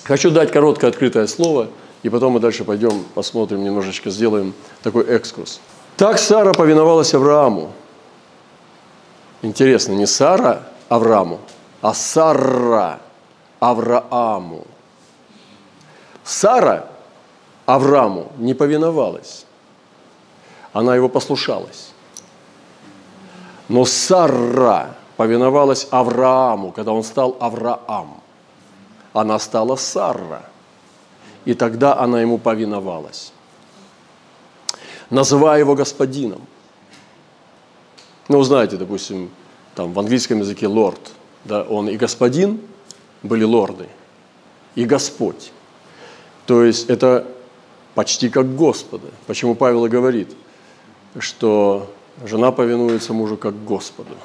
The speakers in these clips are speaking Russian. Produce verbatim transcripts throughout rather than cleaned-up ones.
Хочу дать короткое открытое слово, и потом мы дальше пойдем, посмотрим, немножечко сделаем такой экскурс. Так Сара повиновалась Аврааму. Интересно, не Сара Аврааму, а Сара Аврааму. Сара Аврааму не повиновалась, она его послушалась. Но Сара повиновалась Аврааму, когда он стал Авраам. Она стала Сара, и тогда она ему повиновалась, называя его господином. Ну, знаете, допустим, там в английском языке лорд, да, он и господин, были лорды, и Господь. То есть это почти как Господа. Почему Павел и говорит, что жена повинуется мужу как Господу.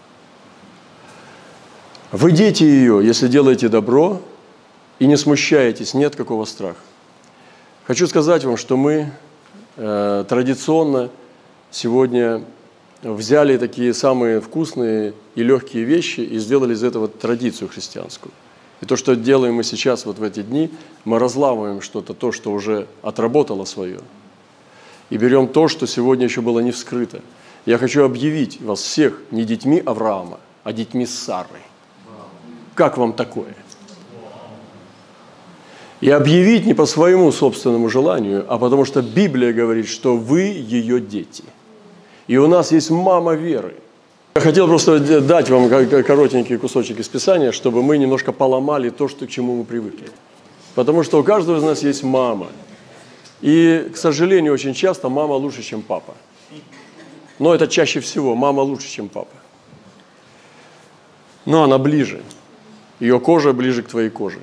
Вы дети ее, если делаете добро и не смущаетесь, нет какого страха. Хочу сказать вам, что мы э, традиционно сегодня взяли такие самые вкусные и легкие вещи и сделали из этого традицию христианскую. И то, что делаем мы сейчас, вот в эти дни, мы разламываем что-то, то, что уже отработало свое, и берем то, что сегодня еще было не вскрыто. Я хочу объявить вас всех не детьми Авраама, а детьми Сары. Как вам такое? И объявить не по своему собственному желанию, а потому что Библия говорит, что вы ее дети. И у нас есть мама веры. Я хотел просто дать вам коротенький кусочек из Писания, чтобы мы немножко поломали то, что, к чему мы привыкли. Потому что у каждого из нас есть мама. И, к сожалению, очень часто мама лучше, чем папа. Но это чаще всего. Мама лучше, чем папа. Но она ближе. Ее кожа ближе к твоей коже.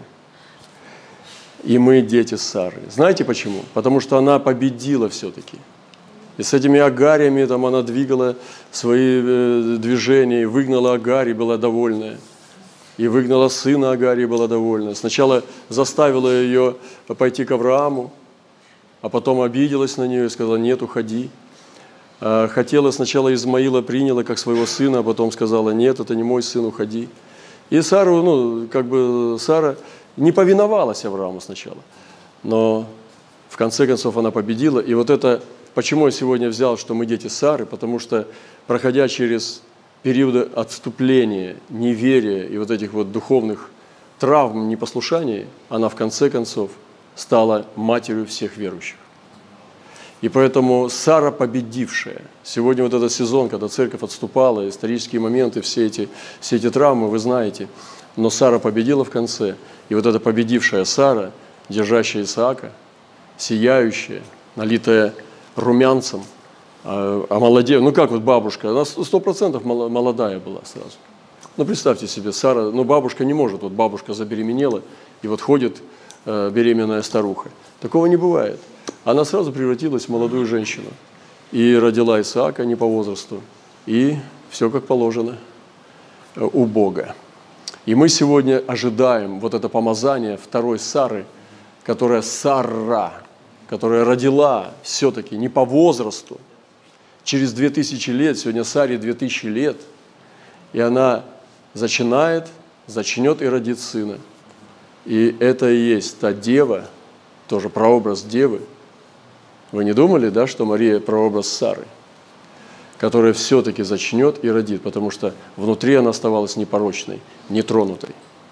И мы дети Сары. Знаете почему? Потому что она победила все-таки. И с этими агариями там она двигала свои э, движения, и выгнала Агарь, была довольная. И выгнала сына Агарь, была довольна. Сначала заставила ее пойти к Аврааму, а потом обиделась на нее и сказала: нет, уходи. А хотела сначала Измаила, приняла как своего сына, а потом сказала: нет, это не мой сын, уходи. И Сару, ну, как бы Сара не повиновалась Аврааму сначала, но в конце концов она победила. И вот это, почему я сегодня взял, что мы дети Сары, потому что, проходя через периоды отступления, неверия и вот этих вот духовных травм, непослушаний, она в конце концов стала матерью всех верующих. И поэтому Сара победившая. Сегодня вот этот сезон, когда церковь отступала, исторические моменты, все эти, все эти травмы, вы знаете. Но Сара победила в конце. И вот эта победившая Сара, держащая Исаака, сияющая, налитая румянцем, омолодев. Ну как вот бабушка, она сто процентов молодая была сразу. Ну представьте себе, Сара, ну бабушка не может, вот бабушка забеременела, и вот ходит э, беременная старуха. Такого не бывает. Она сразу превратилась в молодую женщину. И родила Исаака не по возрасту. И все как положено у Бога. И мы сегодня ожидаем вот это помазание второй Сары, которая Сара, которая родила все-таки не по возрасту. Через две тысячи лет, сегодня Саре две тысячи лет, и она зачинает, зачнет и родит сына. И это и есть та дева, тоже прообраз девы. Вы не думали, да, что Мария прообраз Сары, которая все-таки зачнет и родит, потому что внутри она оставалась непорочной, нетронутой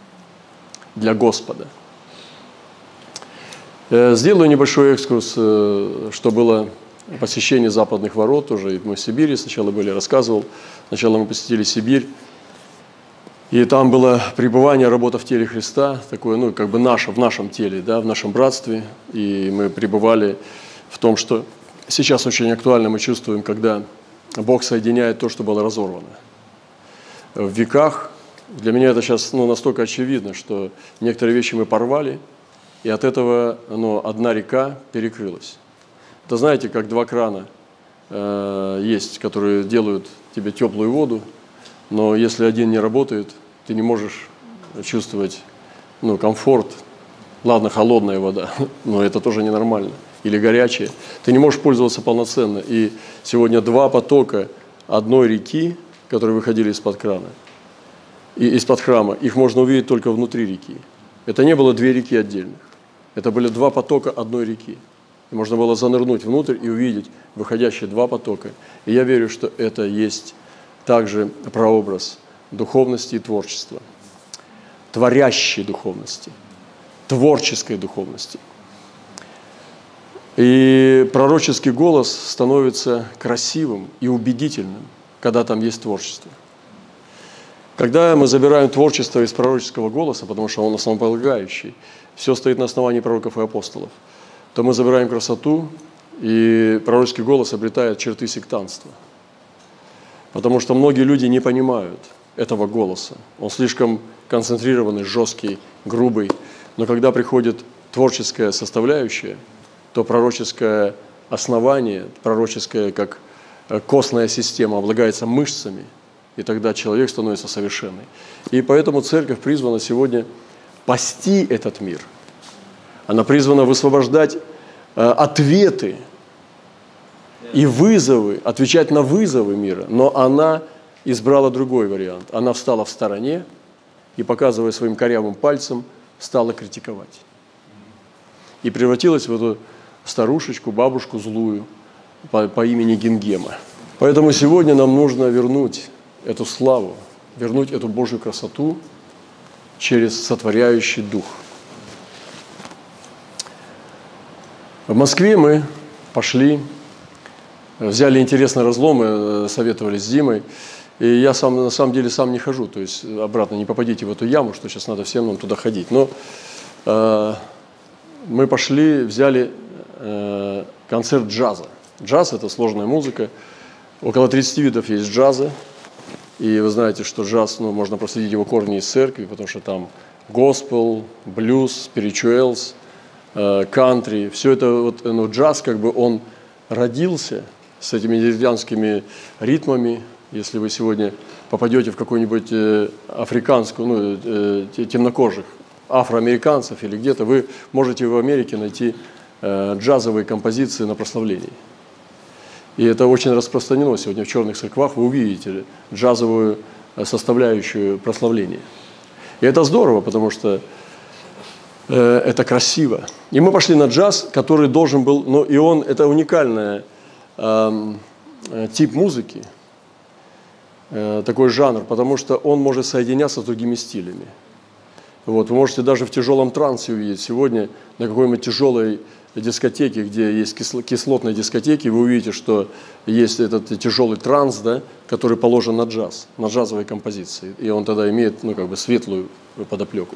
для Господа. Сделаю небольшой экскурс, что было посещение западных ворот, тоже мы в Сибири сначала были, рассказывал. Сначала мы посетили Сибирь, и там было пребывание, работа в теле Христа, такое, ну, как бы наше, в нашем теле, да, в нашем братстве, и мы пребывали в том, что сейчас очень актуально мы чувствуем, когда Бог соединяет то, что было разорвано. В веках, для меня это сейчас ну, настолько очевидно, что некоторые вещи мы порвали, и от этого ну, одна река перекрылась. Это знаете, как два крана э, есть, которые делают тебе теплую воду, но если один не работает, ты не можешь чувствовать ну, комфорт. Ладно, холодная вода, но это тоже ненормально. Или горячая. Ты не можешь пользоваться полноценно. И сегодня два потока одной реки, которые выходили из-под крана, и из-под храма, их можно увидеть только внутри реки. Это не было две реки отдельных. Это были два потока одной реки. И можно было занырнуть внутрь и увидеть выходящие два потока. И я верю, что это есть также прообраз духовности и творчества. Творящей духовности, творческой духовности. И пророческий голос становится красивым и убедительным, когда там есть творчество. Когда мы забираем творчество из пророческого голоса, потому что он основополагающий, все стоит на основании пророков и апостолов, то мы забираем красоту, и пророческий голос обретает черты сектантства. Потому что многие люди не понимают этого голоса. Он слишком концентрированный, жесткий, грубый. Но когда приходит творческая составляющая, то пророческое основание, пророческое как костная система облагается мышцами, и тогда человек становится совершенный. И поэтому церковь призвана сегодня пасти этот мир. Она призвана высвобождать э, ответы и вызовы, отвечать на вызовы мира. Но она избрала другой вариант. Она встала в стороне и, показывая своим корявым пальцем, стала критиковать. И превратилась в эту старушечку, бабушку злую по, по имени Гингема. Поэтому сегодня нам нужно вернуть эту славу, вернуть эту Божью красоту через сотворяющий дух. В Москве мы пошли, взяли интересный разлом, мы советовались с Димой, и я сам, на самом деле сам не хожу, то есть обратно не попадите в эту яму, что сейчас надо всем нам туда ходить. Но э, мы пошли, взяли э, концерт джаза. Джаз – это сложная музыка, около тридцати видов есть джаза, и вы знаете, что джаз, ну, можно проследить его корни из церкви, потому что там госпел, блюз, спиричуэлс, кантри, все это, вот, ну, джаз, как бы он родился с этими деревянскими ритмами. Если вы сегодня попадете в какую-нибудь э, африканскую, ну, э, темнокожих афроамериканцев или где-то, вы можете в Америке найти э, джазовые композиции на прославлении. И это очень распространено сегодня в черных церквах, вы увидите джазовую составляющую прославления. И это здорово, потому что это красиво. И мы пошли на джаз, который должен был, ну и он, это уникальный э, тип музыки, э, такой жанр, потому что он может соединяться с другими стилями. Вот, вы можете даже в тяжелом трансе увидеть сегодня на какой-нибудь тяжелой дискотеке, где есть кисло, кислотные дискотеки, вы увидите, что есть этот тяжелый транс, да, который положен на джаз, на джазовые композиции, и он тогда имеет, ну, как бы светлую подоплеку.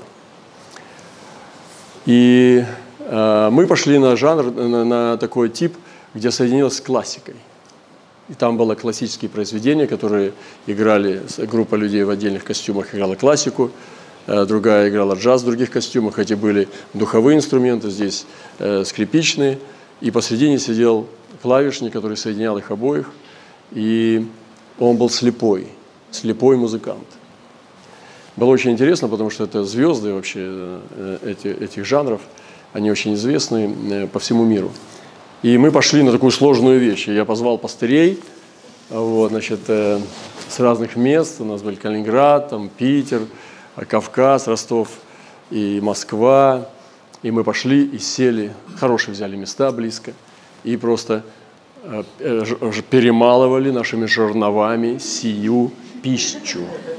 И э, мы пошли на жанр, на, на такой тип, где соединилось с классикой. И там было классические произведения, которые играли, группа людей в отдельных костюмах играла классику, э, другая играла джаз в других костюмах. Эти были духовые инструменты, здесь э, скрипичные. И посредине сидел клавишник, который соединял их обоих. И он был слепой, слепой музыкант. Было очень интересно, потому что это звезды вообще эти, этих жанров, они очень известны по всему миру. И мы пошли на такую сложную вещь. Я позвал пастырей, вот, значит, с разных мест. У нас были Калининград, там, Питер, Кавказ, Ростов и Москва. И мы пошли и сели, хорошие взяли места близко, и просто перемалывали нашими жерновами сию пищу.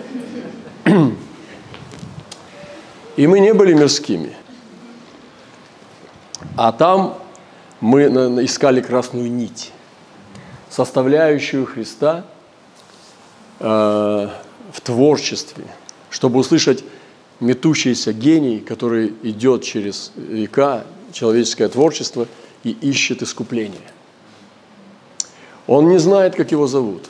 И мы не были мирскими. А там мы искали красную нить, составляющую Христа э, в творчестве, чтобы услышать метущийся гений, который идет через века, человеческое творчество, и ищет искупление. Он не знает, как его зовут.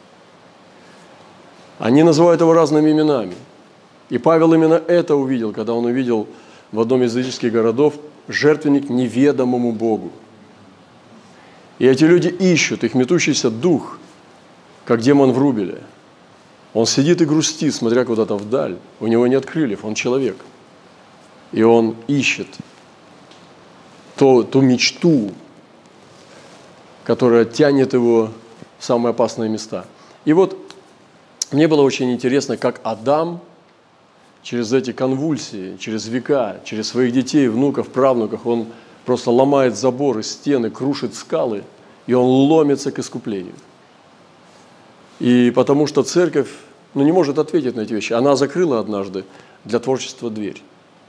Они называют его разными именами. И Павел именно это увидел, когда он увидел в одном из языческих городов жертвенник неведомому Богу. И эти люди ищут, их метущийся дух, как демон в Рубеле. Он сидит и грустит, смотря куда-то вдаль. У него нет крыльев, он человек. И он ищет ту, ту мечту, которая тянет его в самые опасные места. И вот мне было очень интересно, как Адам через эти конвульсии, через века, через своих детей, внуков, правнуков, он просто ломает заборы, стены, крушит скалы, и он ломится к искуплению. И потому что церковь ну, не может ответить на эти вещи. Она закрыла однажды для творчества дверь.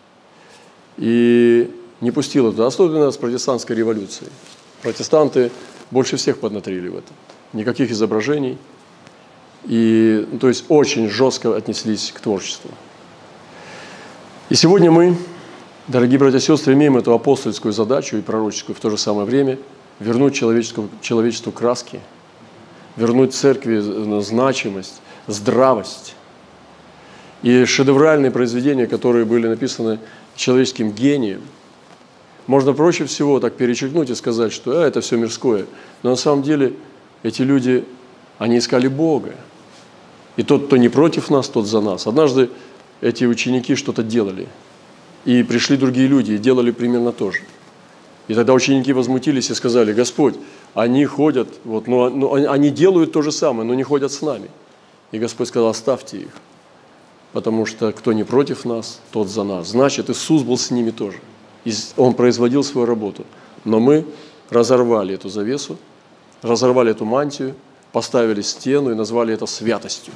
И не пустила туда, особенно с протестантской революцией. Протестанты больше всех поднатрили в этом. Никаких изображений. И, то есть очень жестко отнеслись к творчеству. И сегодня мы, дорогие братья и сестры, имеем эту апостольскую задачу и пророческую в то же самое время вернуть человечеству, человечеству краски, вернуть церкви значимость, здравость. И шедевральные произведения, которые были написаны человеческим гением, можно проще всего так перечеркнуть и сказать, что а, это все мирское. Но на самом деле эти люди, они искали Бога. И тот, кто не против нас, тот за нас. Однажды эти ученики что-то делали. И пришли другие люди и делали примерно то же. И тогда ученики возмутились и сказали: Господь, они ходят, вот, но, но они делают то же самое, но не ходят с нами. И Господь сказал: оставьте их, потому что кто не против нас, тот за нас. Значит, Иисус был с ними тоже. И Он производил свою работу. Но мы разорвали эту завесу, разорвали эту мантию, поставили стену и назвали это святостью.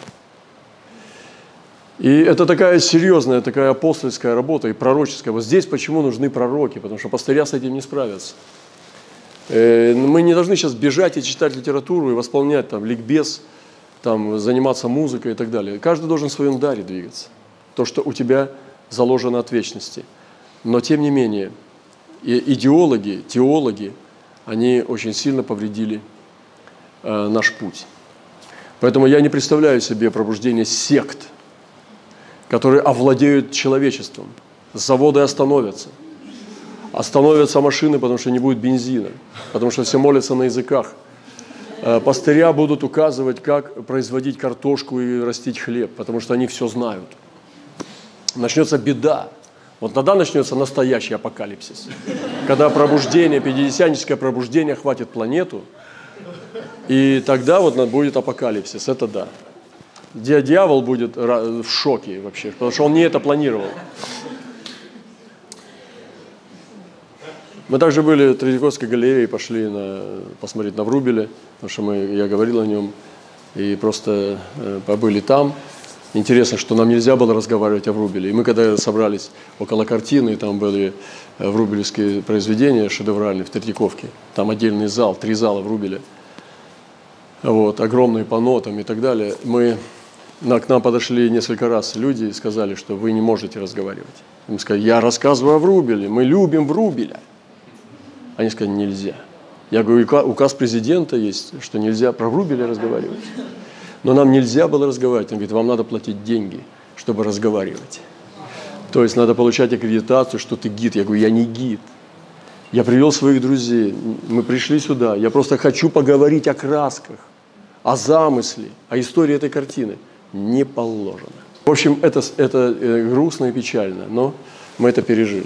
И это такая серьезная, такая апостольская работа и пророческая. Вот здесь почему нужны пророки, потому что пастыря с этим не справятся. Мы не должны сейчас бежать и читать литературу и восполнять там ликбез, там, заниматься музыкой и так далее. Каждый должен в своем даре двигаться. То, что у тебя заложено от вечности. Но, тем не менее, идеологи, теологи, они очень сильно повредили э, наш путь. Поэтому я не представляю себе пробуждение сект, которые овладеют человечеством. Заводы остановятся. Остановятся машины, потому что не будет бензина, потому что все молятся на языках. Пастыря будут указывать, как производить картошку и растить хлеб, потому что они все знают. Начнется беда. Вот тогда начнется настоящий апокалипсис. Когда пробуждение, пятидесятническое пробуждение охватит планету, и тогда вот будет апокалипсис. Это да. Дьявол будет в шоке вообще, потому что он не это планировал. Мы также были в Третьяковской галерее, пошли на, посмотреть на Врубеля, потому что мы, я говорил о нем, и просто э, побыли там. Интересно, что нам нельзя было разговаривать о Врубеле. И мы когда собрались около картины, и там были врубелевские произведения шедевральные в Третьяковке, там отдельный зал, три зала Врубеля, вот, огромные панно там и так далее. Мы, на, к нам подошли несколько раз люди и сказали, что вы не можете разговаривать. Мы сказали: я рассказываю о Врубеле, мы любим Врубеля. Они сказали: нельзя. Я говорю: указ президента есть, что нельзя про Врубеля разговаривать. Но нам нельзя было разговаривать. Он говорит: вам надо платить деньги, чтобы разговаривать. То есть надо получать аккредитацию, что ты гид. Я говорю: я не гид. Я привел своих друзей. Мы пришли сюда. Я просто хочу поговорить о красках, о замысле, о истории этой картины. Не положено. В общем, это, это грустно и печально, но мы это пережили.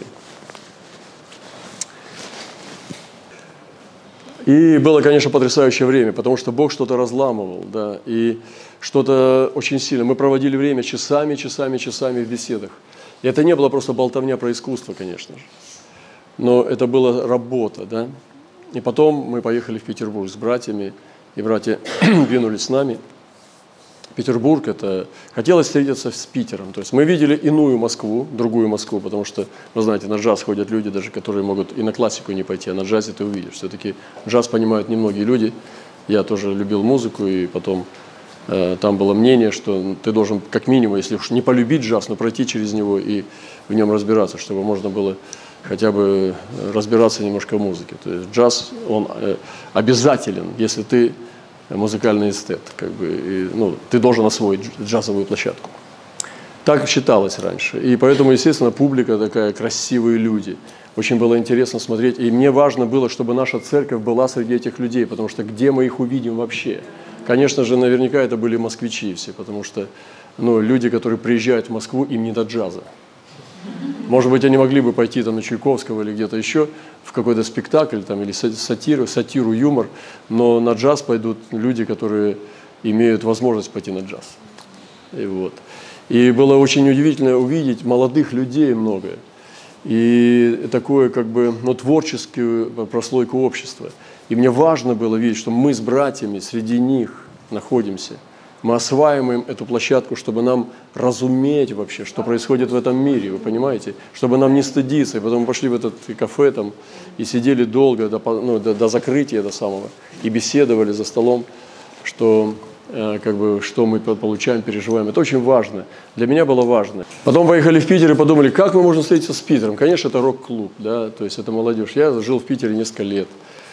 И было, конечно, потрясающее время, потому что Бог что-то разламывал, да, и что-то очень сильно. Мы проводили время часами, часами, часами в беседах. И это не было просто болтовня про искусство, конечно же, но это была работа, да. И потом мы поехали в Петербург с братьями, и братья двинулись с нами. Петербург, это хотелось встретиться с Питером. То есть мы видели иную Москву, другую Москву, потому что, вы знаете, на джаз ходят люди, даже которые могут и на классику не пойти, а на джазе ты увидишь. Все-таки джаз понимают немногие люди. Я тоже любил музыку, и потом э, там было мнение, что ты должен как минимум, если уж не полюбить джаз, но пройти через него и в нем разбираться, чтобы можно было хотя бы разбираться немножко в музыке. То есть джаз, он э, обязателен, если ты музыкальный эстет, как бы, и, ну, ты должен освоить джазовую площадку. Так считалось раньше. И поэтому, естественно, публика такая, красивые люди. Очень было интересно смотреть. И мне важно было, чтобы наша церковь была среди этих людей, потому что где мы их увидим вообще? Конечно же, наверняка это были москвичи все, потому что ну, люди, которые приезжают в Москву, им не до джаза. Может быть, они могли бы пойти там, на Чайковского или где-то еще в какой-то спектакль там, или сатиру, сатиру, юмор, но на джаз пойдут люди, которые имеют возможность пойти на джаз. И, вот. И было очень удивительно увидеть молодых людей много. И такое как бы ну, творческую прослойку общества. И мне важно было видеть, что мы с братьями среди них находимся. Мы осваиваем эту площадку, чтобы нам разуметь вообще, что происходит в этом мире, вы понимаете? Чтобы нам не стыдиться. И потом мы пошли в это кафе там и сидели долго, до, ну, до, до закрытия до самого, и беседовали за столом, что, э, как бы, что мы получаем, переживаем. Это очень важно. Для меня было важно. Потом поехали в Питер и подумали, как мы можем встретиться с Питером. Конечно, это рок-клуб, да, то есть это молодежь. Я жил в Питере несколько лет.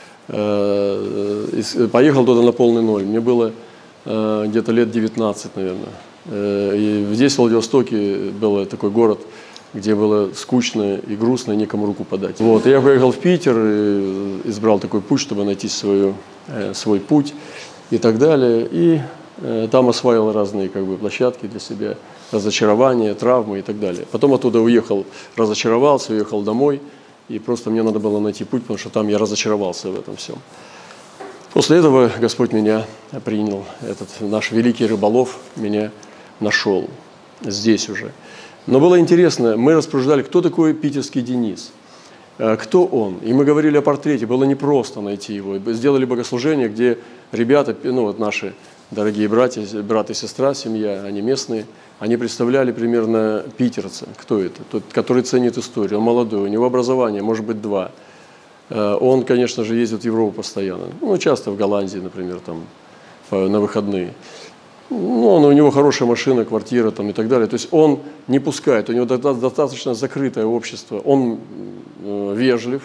Э, э, поехал туда на полный ноль. Мне было где-то лет девятнадцать, наверное. И здесь, в Владивостоке, был такой город, где было скучно и грустно, и некому руку подать. Вот. И я поехал в Питер, и избрал такой путь, чтобы найти свою, свой путь и так далее. И там осваивал разные как бы, площадки для себя, разочарования, травмы и так далее. Потом оттуда уехал, разочаровался, уехал домой, и просто мне надо было найти путь, потому что там я разочаровался в этом всем. После этого Господь меня принял, этот наш великий рыболов меня нашел здесь уже. Но было интересно, мы рассуждали, кто такой питерский Денис, кто он. И мы говорили о портрете, было непросто найти его. Сделали богослужение, где ребята, ну вот наши дорогие братья, брат и сестра, семья, они местные, они представляли примерно питерца. Кто это? Тот, который ценит историю, он молодой, у него образование, может быть, два. Он, конечно же, ездит в Европу постоянно. Ну, часто в Голландии, например, там, на выходные. Ну, он, у него хорошая машина, квартира там, и так далее. То есть он не пускает, у него достаточно закрытое общество. Он вежлив,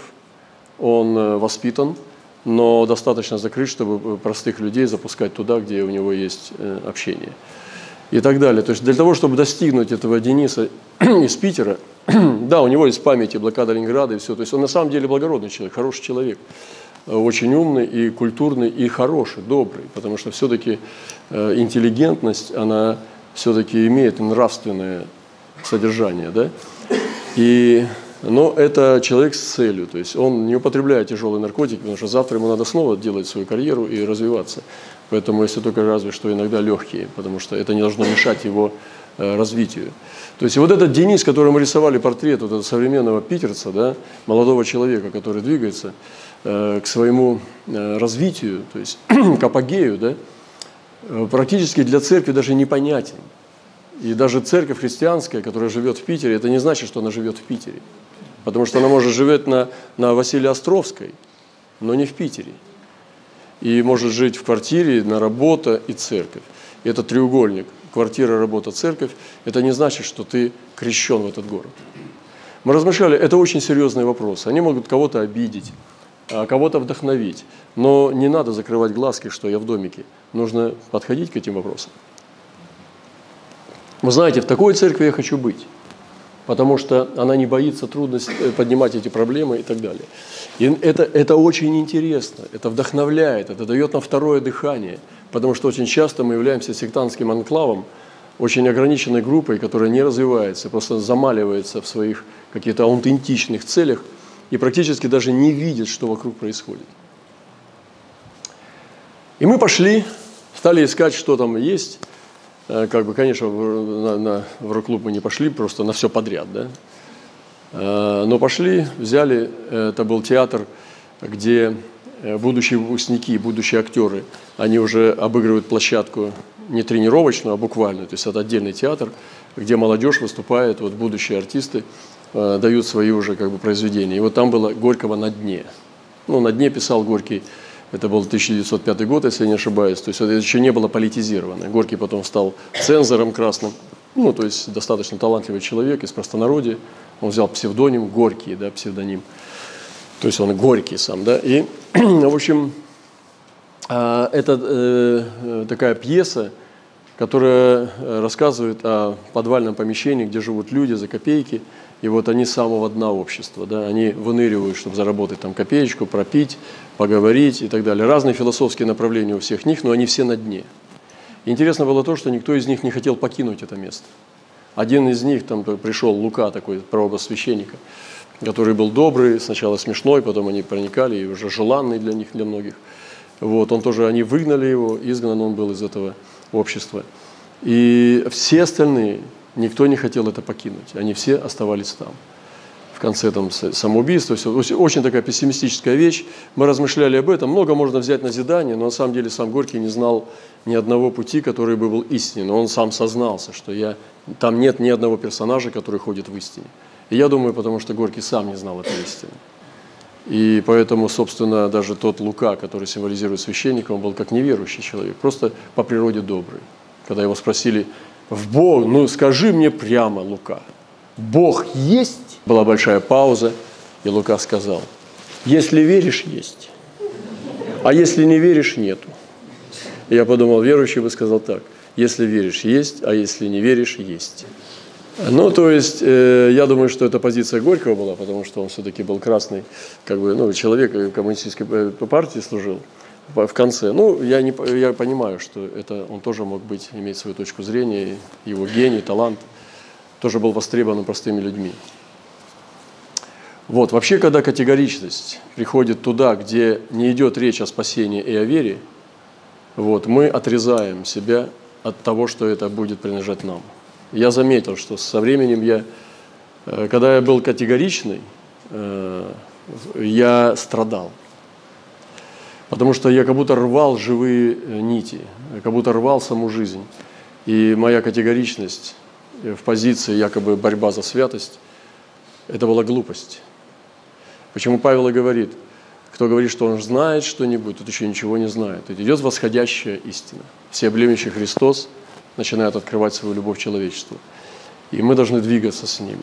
он воспитан, но достаточно закрыт, чтобы простых людей запускать туда, где у него есть общение. И так далее. То есть для того, чтобы достигнуть этого Дениса из Питера, да, у него есть память и блокада Ленинграда, и все. То есть он на самом деле благородный человек, хороший человек, очень умный и культурный, и хороший, добрый, потому что все-таки интеллигентность, она все-таки имеет нравственное содержание, да? И, но это человек с целью, то есть он не употребляет тяжелые наркотики, потому что завтра ему надо снова делать свою карьеру и развиваться. Поэтому если только разве что иногда легкие, потому что это не должно мешать его развитию. То есть вот этот Денис, который мы рисовали портрет вот этого современного питерца, да, молодого человека, который двигается э, к своему э, развитию, то есть к апогею, да, э, практически для церкви даже непонятен. И даже церковь христианская, которая живет в Питере, это не значит, что она живет в Питере. Потому что она может жить на, на Василия Островской, но не в Питере. И может жить в квартире, на работа и церковь. И это треугольник. Квартира, работа, церковь, это не значит, что ты крещен в этот город. Мы размышляли, это очень серьезные вопросы. Они могут кого-то обидеть, кого-то вдохновить. Но не надо закрывать глазки, что я в домике. Нужно подходить к этим вопросам. Вы знаете, в такой церкви я хочу быть, потому что она не боится трудностей, поднимать эти проблемы и так далее. И это, это очень интересно, это вдохновляет, это дает нам второе дыхание. Потому что очень часто мы являемся сектантским анклавом, очень ограниченной группой, которая не развивается, просто замаливается в своих каких-то аутентичных целях и практически даже не видит, что вокруг происходит. И мы пошли, стали искать, что там есть. Как бы, конечно, на, на, в рок-клуб мы не пошли, просто на все подряд, да? Но пошли, взяли, это был театр, где будущие выпускники, будущие актеры, они уже обыгрывают площадку не тренировочную, а буквальную. То есть это отдельный театр, где молодежь выступает, вот будущие артисты э, дают свои уже как бы произведения. И вот там было Горького «На дне». Ну, «На дне» писал Горький, это был тысяча девятьсот пятый год, если я не ошибаюсь. То есть это еще не было политизировано. Горький потом стал цензором красным. Ну, то есть достаточно талантливый человек из простонародья. Он взял псевдоним Горький, да, псевдоним. То есть он Горький сам, да. И, в общем, это такая пьеса, которая рассказывает о подвальном помещении, где живут люди за копейки. И вот они с самого дна общества, да, они выныривают, чтобы заработать там копеечку, пропить, поговорить и так далее. Разные философские направления у всех них, но они все на дне. И интересно было то, что никто из них не хотел покинуть это место. Один из них, там пришел Лука, такой прообраз священника, который был добрый, сначала смешной, потом они проникали, и уже желанный для них, для многих. Вот, он тоже, они выгнали его, изгнан он был из этого общества. И все остальные Никто не хотел это покинуть. Они все оставались там. В конце там самоубийство. Все. Очень такая пессимистическая вещь. Мы размышляли об этом. Много можно взять назидание, но на самом деле сам Горький не знал ни одного пути, который бы был истинен. Он сам сознался, что я... там нет ни одного персонажа, который ходит в истине. И я думаю, потому что Горький сам не знал этой истины. И поэтому, собственно, даже тот Лука, который символизирует священника, он был как неверующий человек, просто по природе добрый. Когда его спросили, в Бог, ну скажи мне прямо, Лука, Бог есть? Была большая пауза, и Лука сказал, если веришь, есть, а если не веришь, нету. И я подумал, верующий бы сказал так, если веришь, есть, а если не веришь, есть. Ну, то есть, э, я думаю, что это позиция Горького была, потому что он все-таки был красный, как бы, ну, человек, в коммунистической партии служил в конце. Ну, я, не, я понимаю, что это он тоже мог быть, иметь свою точку зрения, его гений, талант тоже был востребован простыми людьми. Вот, вообще, когда категоричность приходит туда, где не идет речь о спасении и о вере, вот, мы отрезаем себя от того, что это будет принадлежать нам. Я заметил, что со временем я, когда я был категоричный, я страдал. Потому что я как будто рвал живые нити, как будто рвал саму жизнь. И моя категоричность в позиции якобы борьба за святость, это была глупость. Почему Павел и говорит, кто говорит, что он знает что-нибудь, тот еще ничего не знает. Тут идет восходящая истина. Всеобъемлющий Христос начинает открывать свою любовь к человечеству. И мы должны двигаться с Ним.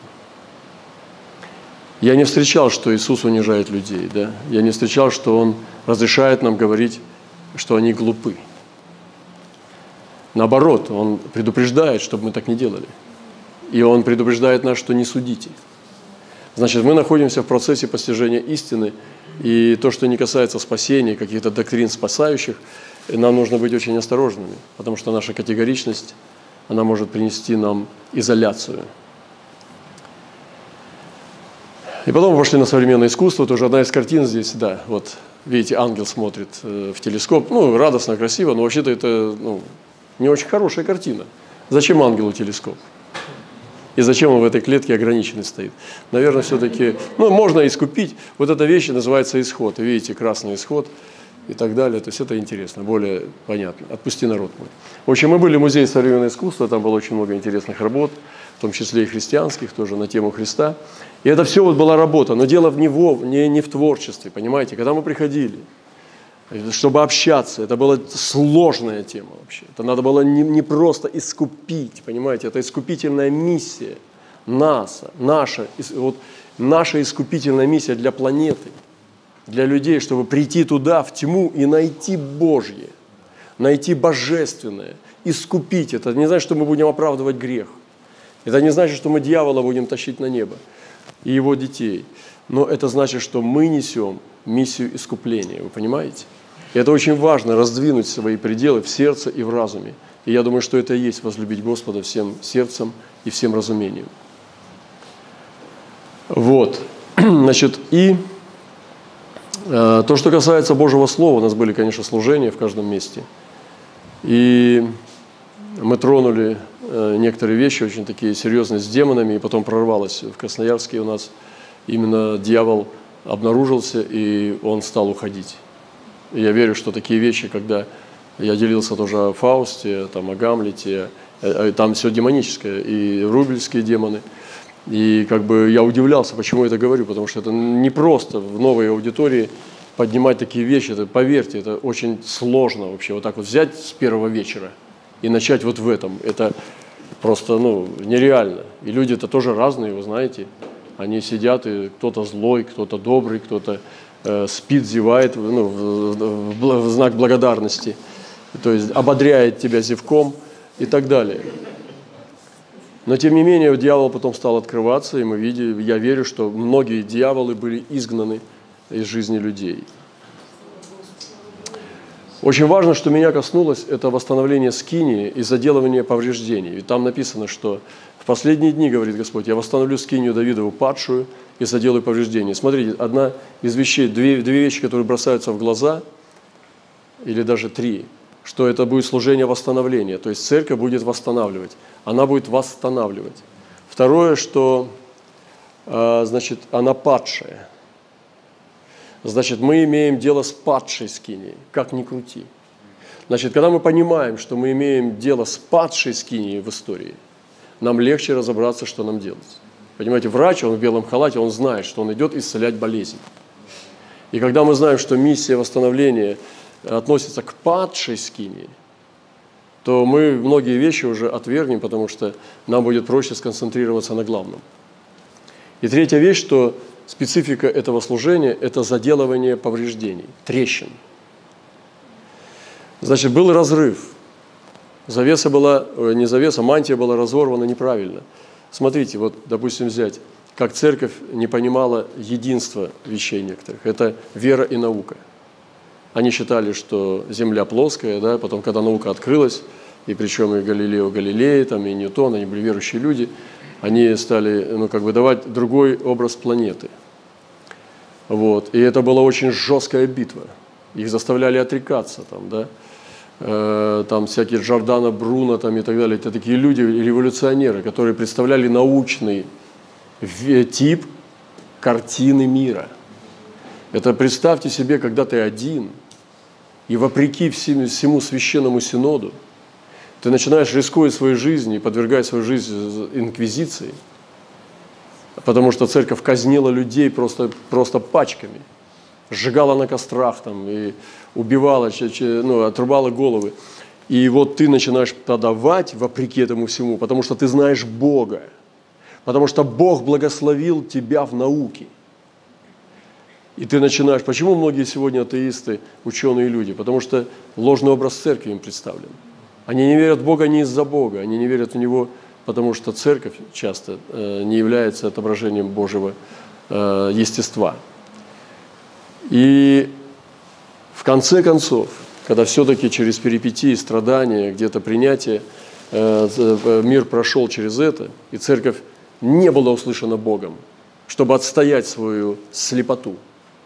Я не встречал, что Иисус унижает людей. Да? Я не встречал, что Он разрешает нам говорить, что они глупы. Наоборот, Он предупреждает, чтобы мы так не делали. И Он предупреждает нас, что не судите. Значит, мы находимся в процессе постижения истины, и то, что не касается спасения, каких-то доктрин спасающих, нам нужно быть очень осторожными, потому что наша категоричность, она может принести нам изоляцию. И потом мы пошли на современное искусство, тоже одна из картин здесь, да, вот, видите, ангел смотрит в телескоп, ну, радостно, красиво, но вообще-то это, ну, не очень хорошая картина. Зачем ангелу телескоп? И зачем он в этой клетке ограниченный стоит? Наверное, все-таки, ну, можно искупить. Вот эта вещь называется исход. И видите, красный исход и так далее. То есть это интересно, более понятно. Отпусти народ мой. В общем, мы были в музее современного искусства, там было очень много интересных работ, в том числе и христианских, тоже на тему Христа. И это все вот была работа. Но дело в него, не, не в творчестве, понимаете? Когда мы приходили, чтобы общаться, это была сложная тема вообще. Это надо было не, не просто искупить, понимаете, это искупительная миссия НАСА, наша, вот, наша искупительная миссия для планеты, для людей, чтобы прийти туда, в тьму, и найти Божье, найти Божественное, искупить. Это не значит, что мы будем оправдывать грех. Это не значит, что мы дьявола будем тащить на небо и его детей. Но это значит, что мы несем миссию искупления, вы понимаете? И это очень важно, раздвинуть свои пределы в сердце и в разуме. И я думаю, что это и есть возлюбить Господа всем сердцем и всем разумением. Вот, значит, и э, то, что касается Божьего Слова, у нас были, конечно, служения в каждом месте. И мы тронули э, некоторые вещи, очень такие серьезные, с демонами, и потом прорвалось в Красноярске у нас. Именно дьявол обнаружился, и он стал уходить. И я верю, что такие вещи, когда я делился тоже о Фаусте, там, о Гамлете, там все демоническое, и рубельские демоны. И как бы я удивлялся, почему я это говорю, потому что это не просто в новой аудитории поднимать такие вещи. Это, поверьте, это очень сложно вообще. Вот так вот взять с первого вечера и начать вот в этом. Это просто, ну, нереально. И люди-то тоже разные, вы знаете. Они сидят, и кто-то злой, кто-то добрый, кто-то э, спит, зевает, ну, в, в, в знак благодарности, то есть ободряет тебя зевком и так далее. Но тем не менее дьявол потом стал открываться, и мы видели, я верю, что многие дьяволы были изгнаны из жизни людей. Очень важно, что меня коснулось, это восстановление скинии и заделывание повреждений. И там написано, что в последние дни, говорит Господь, я восстановлю скинию Давидову падшую и заделаю повреждения. Смотрите, одна из вещей, две, две вещи, которые бросаются в глаза, или даже три, что это будет служение восстановления, то есть церковь будет восстанавливать, она будет восстанавливать. Второе, что, значит, она падшая. Значит, мы имеем дело с падшей скинией, как ни крути. Значит, когда мы понимаем, что мы имеем дело с падшей скинией в истории, нам легче разобраться, что нам делать. Понимаете, врач, он в белом халате, он знает, что он идет исцелять болезнь. И когда мы знаем, что миссия восстановления относится к падшей скинии, то мы многие вещи уже отвергнем, потому что нам будет проще сконцентрироваться на главном. И третья вещь, что специфика этого служения – это заделывание повреждений, трещин. Значит, был разрыв. Завеса была, не завеса, мантия была разорвана неправильно. Смотрите, вот, допустим, взять, как церковь не понимала единства вещей некоторых. Это вера и наука. Они считали, что Земля плоская, да, потом, когда наука открылась, и причем и Галилео Галилей, там, и Ньютон, они были верующие люди, они стали, ну, как бы давать другой образ планеты. Вот. И это была очень жесткая битва. Их заставляли отрекаться, там, да, э, там всякие Джордано Бруно там, и так далее. Это такие люди, революционеры, которые представляли научный тип картины мира. Это представьте себе, когда ты один, и вопреки всему, всему священному синоду, ты начинаешь, рискуя своей жизнью и подвергая свою жизнь инквизиции, потому что церковь казнила людей просто, просто пачками, сжигала на кострах там, и убивала, ну, отрубала головы. И вот ты начинаешь подавать вопреки этому всему, потому что ты знаешь Бога, потому что Бог благословил тебя в науке. И ты начинаешь... Почему многие сегодня атеисты, ученые люди? Потому что ложный образ церкви им представлен. Они не верят в Бога не из-за Бога, они не верят в Него, потому что церковь часто э, не является отображением Божьего э, естества. И в конце концов, когда все-таки через перипетии, страдания, где-то принятие, э, мир прошел через это, и церковь не была услышана Богом, чтобы отстоять свою слепоту,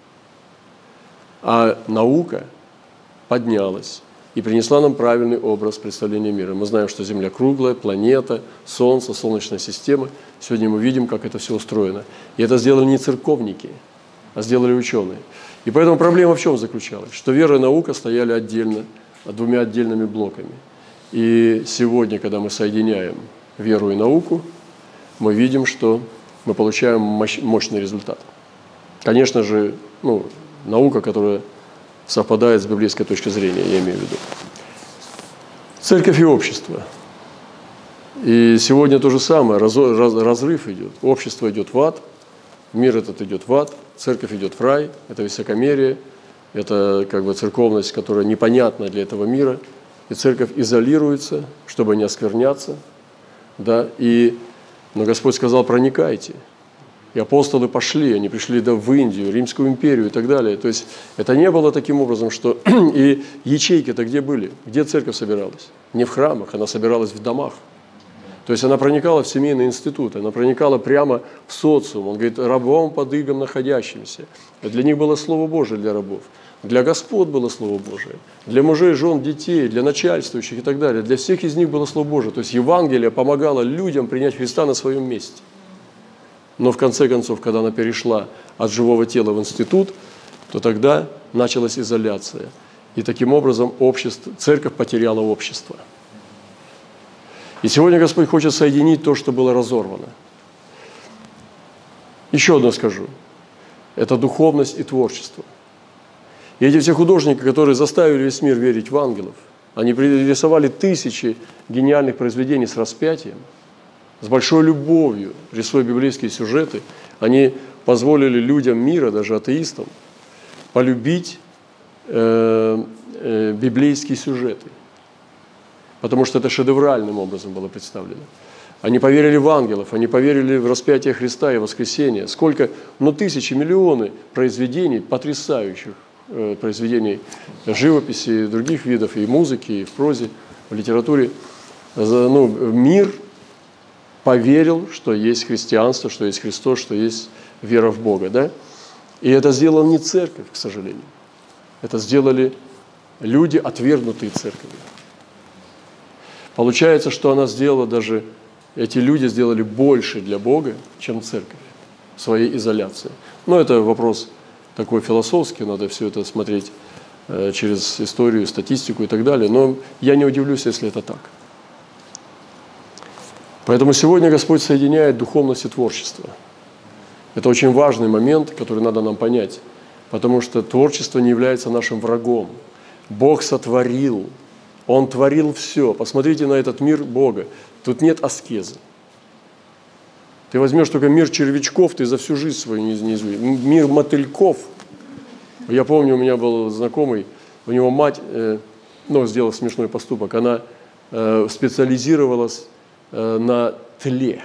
а наука поднялась и принесла нам правильный образ представления мира. Мы знаем, что Земля круглая, планета, Солнце, Солнечная система. Сегодня мы видим, как это все устроено. И это сделали не церковники, а сделали ученые. И поэтому проблема в чем заключалась? Что вера и наука стояли отдельно, двумя отдельными блоками. И сегодня, когда мы соединяем веру и науку, мы видим, что мы получаем мощный результат. Конечно же, ну, наука, которая совпадает с библейской точкой зрения, я имею в виду. Церковь и общество. И сегодня то же самое, разрыв идет. Общество идет в ад, мир этот идет в ад, церковь идет в рай, это высокомерие, это как бы церковность, которая непонятна для этого мира. И церковь изолируется, чтобы не оскверняться. Да? И, но Господь сказал, проникайте. И апостолы пошли, они пришли да, в Индию, Римскую империю и так далее. То есть это не было таким образом, что и ячейки-то где были? Где церковь собиралась? Не в храмах, она собиралась в домах. То есть она проникала в семейный институт, она проникала прямо в социум. Он говорит, рабам под игом находящимся. Для них было Слово Божие для рабов. Для господ было Слово Божие. Для мужей, жен, детей, для начальствующих и так далее. Для всех из них было Слово Божие. То есть Евангелие помогало людям принять Христа на своем месте. Но в конце концов, когда она перешла от живого тела в институт, то тогда началась изоляция. И таким образом общество, церковь потеряла общество. И сегодня Господь хочет соединить то, что было разорвано. Еще одно скажу. Это духовность и творчество. И эти все художники, которые заставили весь мир верить в ангелов, они рисовали тысячи гениальных произведений с распятием, с большой любовью, рисуя библейские сюжеты, они позволили людям мира, даже атеистам, полюбить э, э, библейские сюжеты. Потому что это шедевральным образом было представлено. Они поверили в ангелов, они поверили в распятие Христа и воскресение. Сколько, ну тысячи, миллионы произведений, потрясающих э, произведений живописи и других видов, и музыки, и в прозе, в литературе. Ну, мир поверил, что есть христианство, что есть Христос, что есть вера в Бога. Да? И это сделала не церковь, к сожалению. Это сделали люди, отвергнутые церковью. Получается, что она сделала даже, эти люди сделали больше для Бога, чем церковь в своей изоляции. Но это вопрос такой философский, надо все это смотреть э, через историю, статистику и так далее. Но я не удивлюсь, если это так. Поэтому сегодня Господь соединяет духовность и творчество. Это очень важный момент, который надо нам понять, потому что творчество не является нашим врагом. Бог сотворил, Он творил все. Посмотрите на этот мир Бога. Тут нет аскезы. Ты возьмешь только мир червячков, ты за всю жизнь свою не изучишь. Мир мотыльков. Я помню, у меня был знакомый, у него мать, э, ну, сделала смешной поступок, она э, специализировалась э, на тле.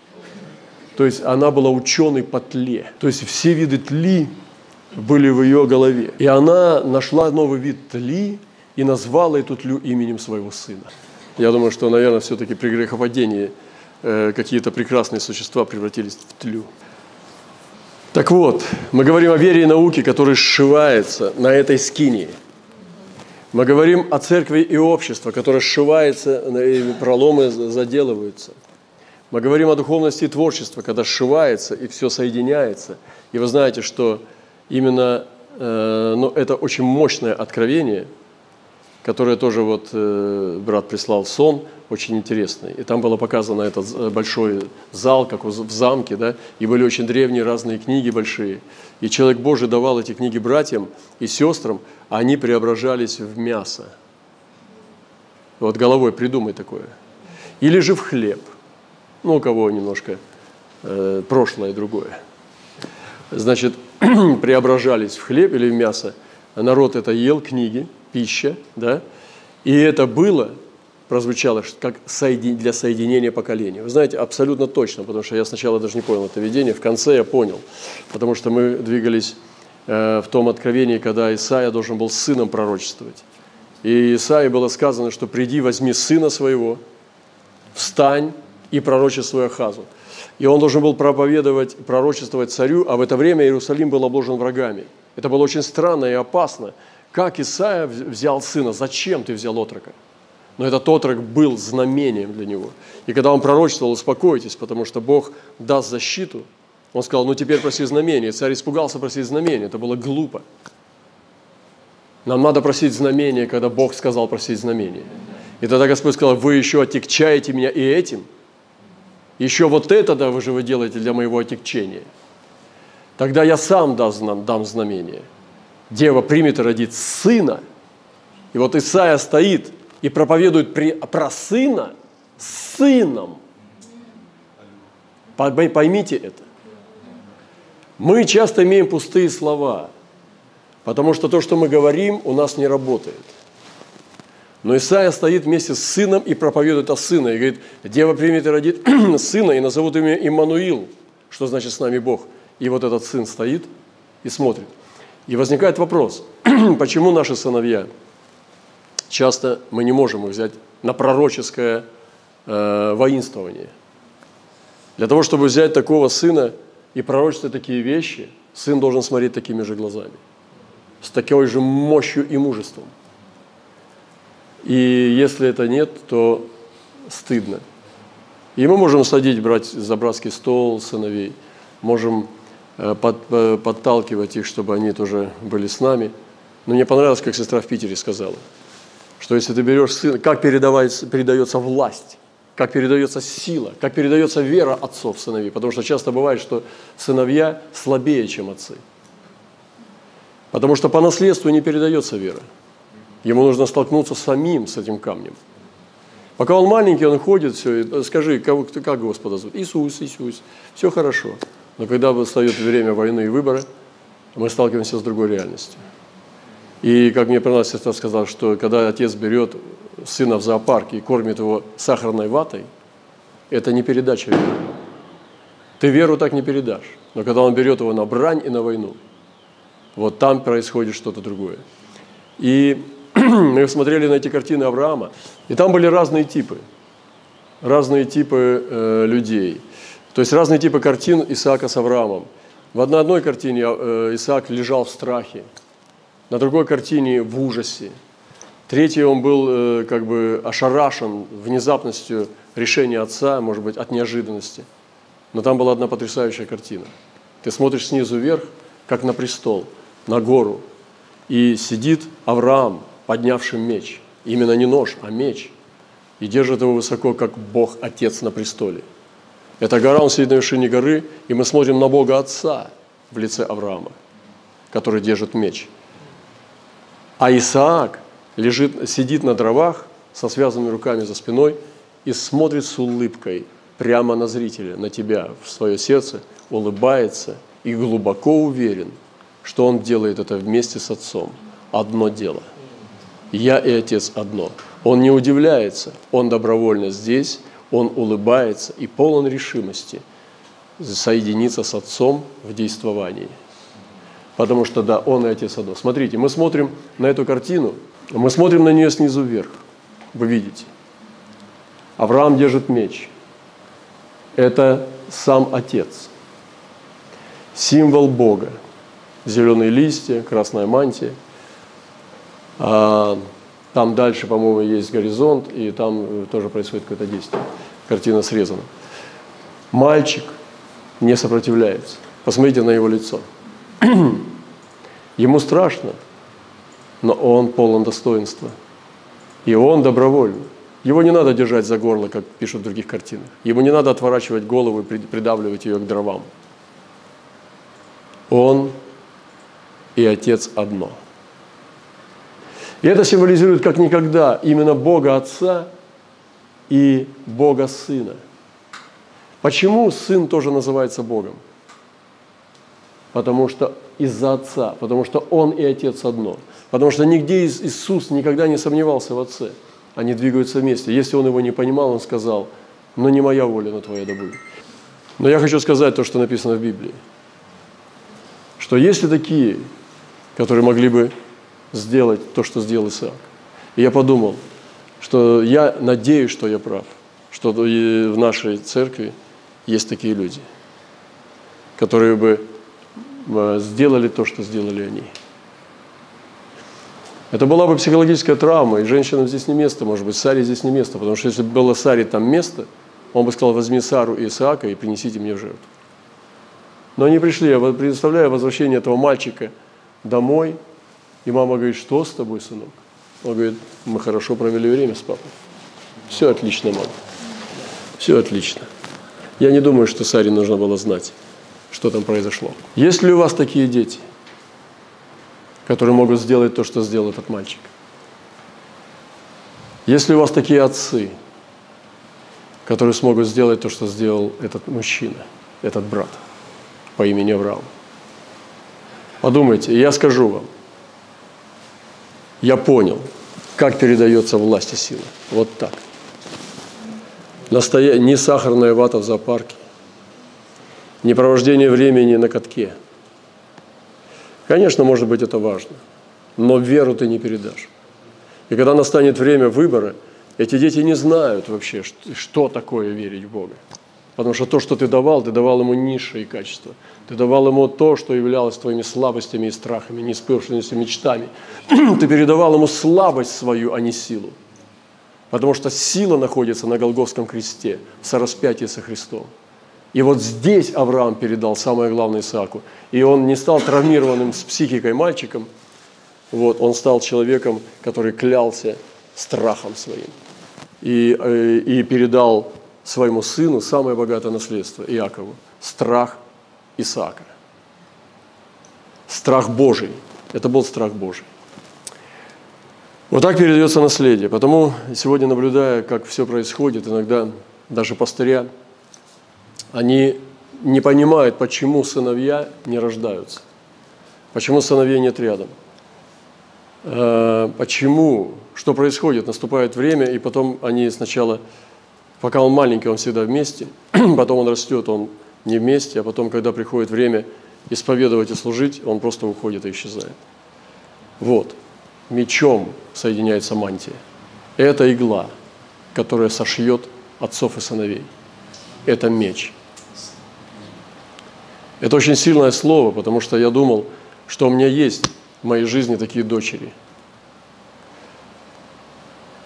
То есть она была ученой по тле. То есть все виды тли были в ее голове. И она нашла новый вид тли и назвала эту тлю именем своего сына. Я думаю, что, наверное, все-таки при грехопадении э, какие-то прекрасные существа превратились в тлю. Так вот, мы говорим о вере и науке, которая сшивается на этой скинии. Мы говорим о церкви и обществе, которое сшивается, и проломы заделываются. Мы говорим о духовности и творчестве, когда сшивается и все соединяется. И вы знаете, что именно э, ну, это очень мощное откровение, которое тоже вот э, брат прислал сон, очень интересный. И там было показано этот большой зал, как в замке, да, и были очень древние разные книги большие. И человек Божий давал эти книги братьям и сестрам, а они преображались в мясо. Вот головой придумай такое. Или же в хлеб. Ну, у кого немножко э, прошлое другое. Значит, преображались в хлеб или в мясо. Народ это ел, книги, пища, да. И это было, прозвучало как для соединения поколений. Вы знаете, абсолютно точно, потому что я сначала даже не понял это видение, в конце я понял. Потому что мы двигались э, в том откровении, когда Исаия должен был с сыном пророчествовать. И Исаии было сказано, что приди, возьми сына своего, встань и пророчествуй Ахазу. И он должен был проповедовать, пророчествовать царю, а в это время Иерусалим был обложен врагами. Это было очень странно и опасно. Как Исаия взял сына? Зачем ты взял отрока? Но этот отрок был знамением для него. И когда он пророчествовал, успокойтесь, потому что Бог даст защиту, он сказал, ну теперь проси знамение. Царь испугался просить знамение. Это было глупо. Нам надо просить знамение, когда Бог сказал просить знамение. И тогда Господь сказал, вы еще отягчаете меня и этим. Еще вот это, да, вы же вы делаете для моего отягчения. Тогда я сам дам, дам знамение. Дева примет и родит сына. И вот Исаия стоит и проповедует при, про сына с сыном. Поймите это. Мы часто имеем пустые слова, потому что то, что мы говорим, у нас не работает. Но Исаия стоит вместе с сыном и проповедует о сыне. И говорит, дева примет и родит сына, и назовут имя Иммануил, что значит с нами Бог. И вот этот сын стоит и смотрит. И возникает вопрос, почему наши сыновья, часто мы не можем их взять на пророческое э, воинствование. Для того, чтобы взять такого сына и пророчествовать такие вещи, сын должен смотреть такими же глазами, с такой же мощью и мужеством. И если это нет, то стыдно. И мы можем садить, брать за братский стол сыновей, можем под, подталкивать их, чтобы они тоже были с нами. Но мне понравилось, как сестра в Питере сказала, что если ты берешь сына, как передается власть, как передается сила, как передается вера отцов сыновей. Потому что часто бывает, что сыновья слабее, чем отцы. Потому что по наследству не передается вера. Ему нужно столкнуться самим с этим камнем. Пока он маленький, он ходит, все, и скажи, как, как Господа зовут? Иисус, Иисус, все хорошо. Но когда встает время войны и выбора, мы сталкиваемся с другой реальностью. И, как мне понравилась сестра сказала, что когда отец берет сына в зоопарк и кормит его сахарной ватой, это не передача веры. Ты веру так не передашь. Но когда он берет его на брань и на войну, вот там происходит что-то другое. И мы смотрели на эти картины Авраама, и там были разные типы, разные типы э, людей. То есть разные типы картин Исаака с Авраамом. В одной, одной картине э, Исаак лежал в страхе, на другой картине в ужасе, Третий, он был э, как бы ошарашен внезапностью решения отца, может быть, от неожиданности. Но там была одна потрясающая картина. Ты смотришь снизу вверх, как на престол, на гору, и сидит Авраам, поднявший меч. Именно не нож, а меч. И держит его высоко, как Бог Отец на престоле. Эта гора, он сидит на вершине горы, и мы смотрим на Бога Отца в лице Авраама, который держит меч. А Исаак лежит, сидит на дровах со связанными руками за спиной и смотрит с улыбкой прямо на зрителя, на тебя, в свое сердце, улыбается и глубоко уверен, что он делает это вместе с Отцом. Одно дело. Я и Отец одно. Он не удивляется, он добровольно здесь, он улыбается и полон решимости соединиться с Отцом в действовании. Потому что, да, он и Отец одно. Смотрите, мы смотрим на эту картину, мы смотрим на нее снизу вверх. Вы видите. Авраам держит меч. Это сам Отец. Символ Бога. Зеленые листья, красная мантия. А там дальше, по-моему, есть горизонт, и там тоже происходит какое-то действие. Картина срезана. Мальчик не сопротивляется. Посмотрите на его лицо. Ему страшно, но он полон достоинства. И он добровольно. Его не надо держать за горло, как пишут в других картинах. Ему не надо отворачивать голову и придавливать ее к дровам. Он и Отец одно. И это символизирует как никогда именно Бога Отца и Бога Сына. Почему Сын тоже называется Богом? Потому что из-за Отца, потому что Он и Отец одно. Потому что нигде Иисус никогда не сомневался в Отце. Они двигаются вместе. Если Он его не понимал, Он сказал: «Но не моя воля, но твоя да будет». Но я хочу сказать то, что написано в Библии. Что есть ли такие, которые могли бы сделать то, что сделал Исаак? И я подумал, что я надеюсь, что я прав, что в нашей церкви есть такие люди, которые бы сделали то, что сделали они. Это была бы психологическая травма, и женщинам здесь не место, может быть, Саре здесь не место, потому что если бы было Саре там место, он бы сказал: возьми Сару и Исаака и принесите мне в жертву. Но они пришли, я представляю возвращение этого мальчика домой, и мама говорит: что с тобой, сынок? Он говорит: мы хорошо провели время с папой. Все отлично, мама. Все отлично. Я не думаю, что Саре нужно было знать, что там произошло. Есть ли у вас такие дети, которые могут сделать то, что сделал этот мальчик? Есть ли у вас такие отцы, которые смогут сделать то, что сделал этот мужчина, этот брат по имени Авраам? Подумайте, и я скажу вам. Я понял, как передается власть и сила. Вот так. Настоя... Не сахарная вата в зоопарке, не провождение времени на катке. Конечно, может быть, это важно, но веру ты не передашь. И когда настанет время выбора, эти дети не знают вообще, что такое верить в Бога. Потому что то, что ты давал, ты давал ему низшие качества. Ты давал ему то, что являлось твоими слабостями и страхами, неиспорченностью, мечтами. Ты передавал ему слабость свою, а не силу. Потому что сила находится на Голгофском кресте, в сораспятии со Христом. И вот здесь Авраам передал самое главное Исааку. И он не стал травмированным с психикой мальчиком, вот, он стал человеком, который клялся страхом своим. И, и передал своему сыну самое богатое наследство, Иакову, страх Исаака. Страх Божий. Это был страх Божий. Вот так передается наследие. Потому сегодня, наблюдая, как все происходит, иногда даже пастыря, они не понимают, почему сыновья не рождаются, почему сыновей нет рядом, почему, что происходит, наступает время, и потом они сначала, пока он маленький, он всегда вместе, потом он растет, он не вместе, а потом, когда приходит время исповедовать и служить, он просто уходит и исчезает. Вот, мечом соединяется мантия. Это игла, которая сошьет отцов и сыновей. Это меч. Это очень сильное слово, потому что я думал, что у меня есть в моей жизни такие дочери.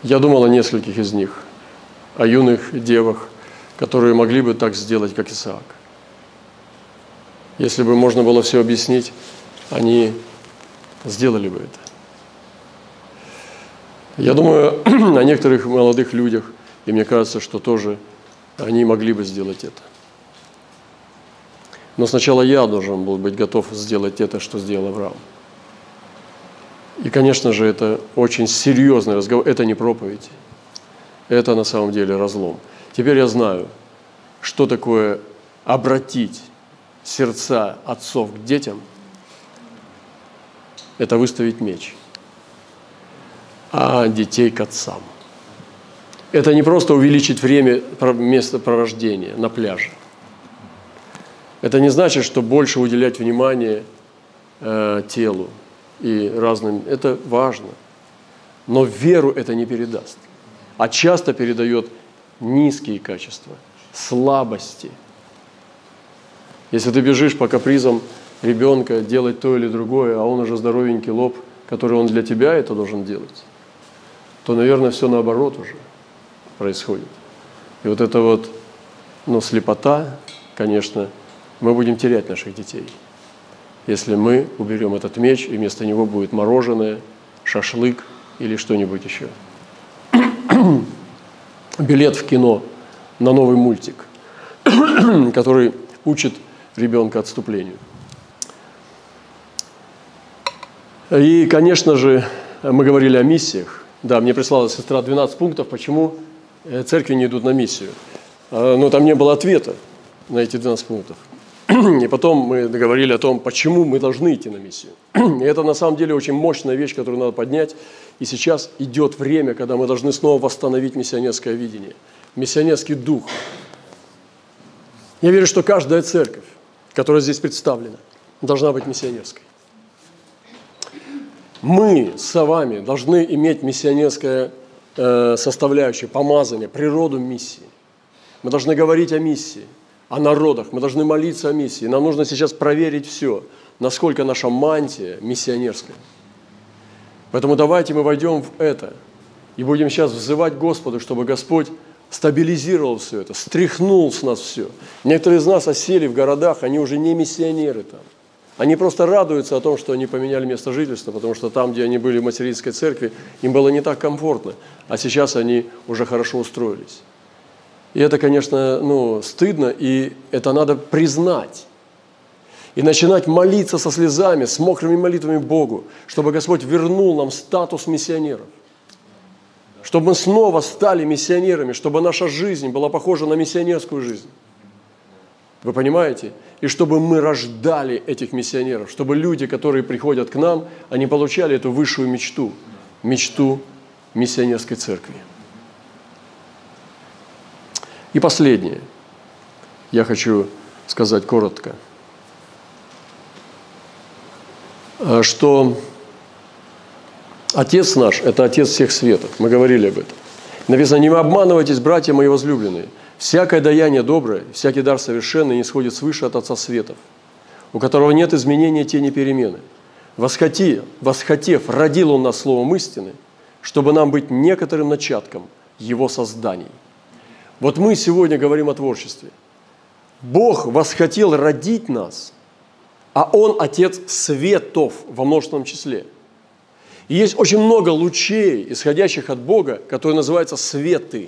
Я думал о нескольких из них, о юных девах, которые могли бы так сделать, как Исаак. Если бы можно было все объяснить, они сделали бы это. Я думаю о некоторых молодых людях, и мне кажется, что тоже они могли бы сделать это. Но сначала я должен был быть готов сделать это, что сделал Авраам. И, конечно же, это очень серьезный разговор. Это не проповедь. Это на самом деле разлом. Теперь я знаю, что такое обратить сердца отцов к детям. Это выставить меч. А детей к отцам. Это не просто увеличить время местопровождения на пляже. Это не значит, что больше уделять внимание э, телу и разным. Это важно. Но веру это не передаст. А часто передает низкие качества, слабости. Если ты бежишь по капризам ребенка делать то или другое, а он уже здоровенький лоб, который он для тебя это должен делать, то, наверное, все наоборот уже происходит. И вот эта вот, ну, слепота, конечно, мы будем терять наших детей, если мы уберем этот меч, и вместо него будет мороженое, шашлык или что-нибудь еще. Билет в кино на новый мультик, который учит ребенка отступлению. И, конечно же, мы говорили о миссиях. Да, мне прислала сестра двенадцать пунктов, почему церкви не идут на миссию. Но там не было ответа на эти двенадцать пунктов. И потом мы договорили о том, почему мы должны идти на миссию. И это на самом деле очень мощная вещь, которую надо поднять. И сейчас идет время, когда мы должны снова восстановить миссионерское видение, миссионерский дух. Я верю, что каждая церковь, которая здесь представлена, должна быть миссионерской. Мы с вами должны иметь миссионерское э, составляющее, помазание, природу миссии. Мы должны говорить о миссии, о народах, мы должны молиться о миссии. Нам нужно сейчас проверить все, насколько наша мантия миссионерская. Поэтому давайте мы войдем в это и будем сейчас взывать Господу, чтобы Господь стабилизировал все это, стряхнул с нас все. Некоторые из нас осели в городах, они уже не миссионеры там. Они просто радуются о том, что они поменяли место жительства, потому что там, где они были в материнской церкви, им было не так комфортно, а сейчас они уже хорошо устроились. И это, конечно, ну, стыдно, и это надо признать. И начинать молиться со слезами, с мокрыми молитвами Богу, чтобы Господь вернул нам статус миссионеров. Чтобы мы снова стали миссионерами, чтобы наша жизнь была похожа на миссионерскую жизнь. Вы понимаете? И чтобы мы рождали этих миссионеров, чтобы люди, которые приходят к нам, они получали эту высшую мечту, мечту миссионерской церкви. И последнее, я хочу сказать коротко, что Отец наш – это Отец всех светов. Мы говорили об этом. Написано: «Не обманывайтесь, братья мои возлюбленные. Всякое даяние доброе, всякий дар совершенный не сходит свыше от Отца светов, у которого нет изменения, тени перемены. Восхоти, восхотев, родил Он нас словом истины, чтобы нам быть некоторым начатком Его созданий». Вот мы сегодня говорим о творчестве. Бог восхотел родить нас, а Он Отец светов во множественном числе. И есть очень много лучей, исходящих от Бога, которые называются светы.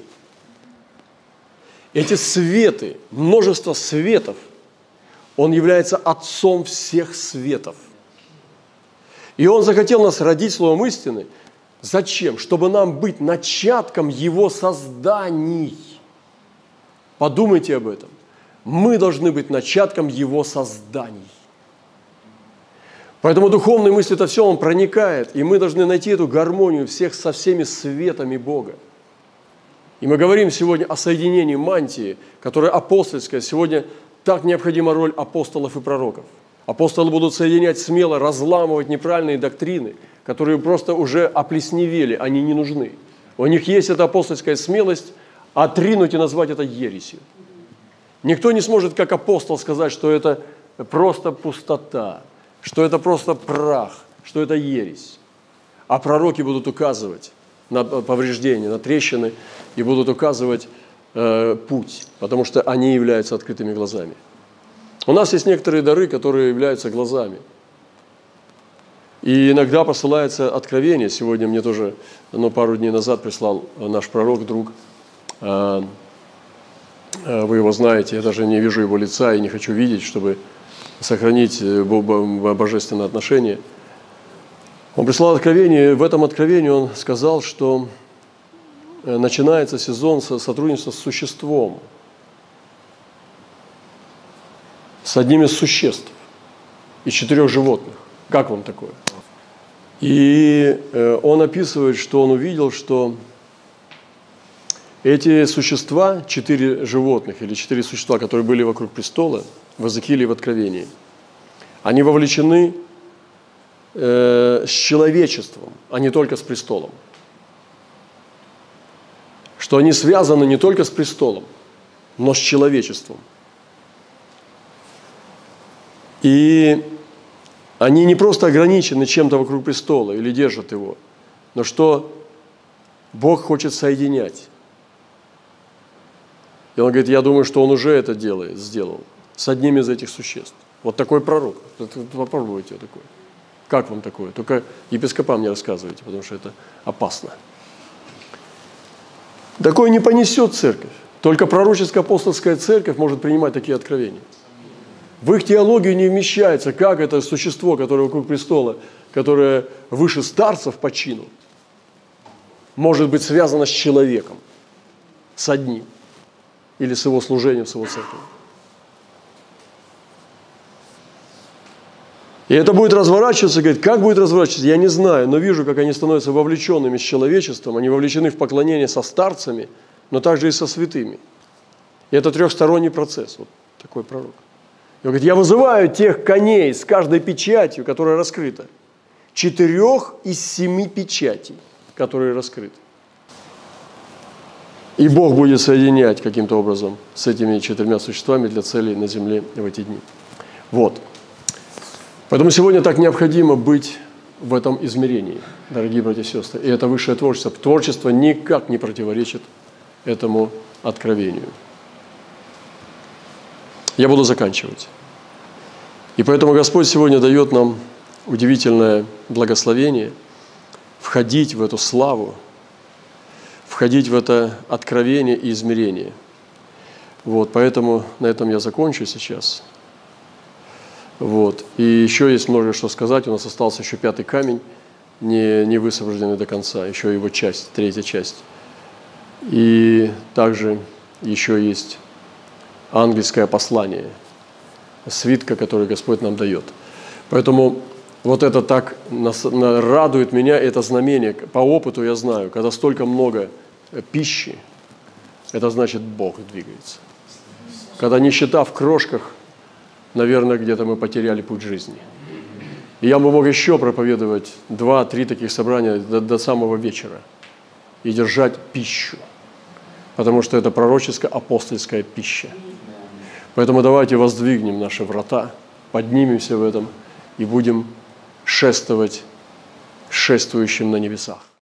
Эти светы, множество светов, Он является Отцом всех светов. И Он захотел нас родить словом истины. Зачем? Чтобы нам быть начатком Его созданий. Подумайте об этом. Мы должны быть начатком Его созданий. Поэтому духовная мысль – это все, он проникает, и мы должны найти эту гармонию всех со всеми светами Бога. И мы говорим сегодня о соединении мантии, которая апостольская. Сегодня так необходима роль апостолов и пророков. Апостолы будут соединять смело, разламывать неправильные доктрины, которые просто уже оплесневели, они не нужны. У них есть эта апостольская смелость отринуть и назвать это ересью. Никто не сможет, как апостол, сказать, что это просто пустота, что это просто прах, что это ересь. А пророки будут указывать на повреждения, на трещины и будут указывать э, путь, потому что они являются открытыми глазами. У нас есть некоторые дары, которые являются глазами. И иногда посылается откровение. Сегодня мне тоже, ну, пару дней назад прислал наш пророк, друг. Вы его знаете, я даже не вижу его лица и не хочу видеть, чтобы сохранить божественные отношения. Он прислал откровение, и в этом откровении он сказал, что начинается сезон сотрудничества с существом, с одним из существ, из четырех животных. Как вам такое? И он описывает, что он увидел, что эти существа, четыре животных или четыре существа, которые были вокруг престола, в Иезекииле и в Откровении, они вовлечены э, с человечеством, а не только с престолом. Что они связаны не только с престолом, но с человечеством. И они не просто ограничены чем-то вокруг престола или держат его, но что Бог хочет соединять. И он говорит, я думаю, что он уже это делает, сделал с одним из этих существ. Вот такой пророк. Попробуйте такое. Как вам такое? Только епископам не рассказывайте, потому что это опасно. Такое не понесет церковь. Только пророческая апостольская церковь может принимать такие откровения. В их теологию не вмещается, как это существо, которое вокруг престола, которое выше старцев по чину, может быть связано с человеком, с одним, или с его служением, с его церковью. И это будет разворачиваться, говорит, как будет разворачиваться, я не знаю, но вижу, как они становятся вовлеченными с человечеством, они вовлечены в поклонение со старцами, но также и со святыми. И это трехсторонний процесс, вот такой пророк. И он говорит, я вызываю тех коней с каждой печатью, которая раскрыта. Четырех из семи печатей, которые раскрыты. И Бог будет соединять каким-то образом с этими четырьмя существами для целей на земле в эти дни. Вот. Поэтому сегодня так необходимо быть в этом измерении, дорогие братья и сестры. И это высшее творчество. Творчество никак не противоречит этому откровению. Я буду заканчивать. И поэтому Господь сегодня дает нам удивительное благословение входить в эту славу, входить в это откровение и измерение. Вот, поэтому на этом я закончу сейчас. Вот. И еще есть многое что сказать. У нас остался еще пятый камень, не, не высвобожденный до конца, еще его часть, третья часть. И также еще есть ангельское послание, свитка, который Господь нам дает. Поэтому вот это так радует меня, это знамение. По опыту я знаю, когда столько много пищи, это значит, Бог двигается. Когда нищета в крошках, наверное, где-то мы потеряли путь жизни. И я бы мог еще проповедовать два-три таких собрания до, до самого вечера и держать пищу, потому что это пророческо-апостольская пища. Поэтому давайте воздвигнем наши врата, поднимемся в этом и будем шествовать шествующим на небесах.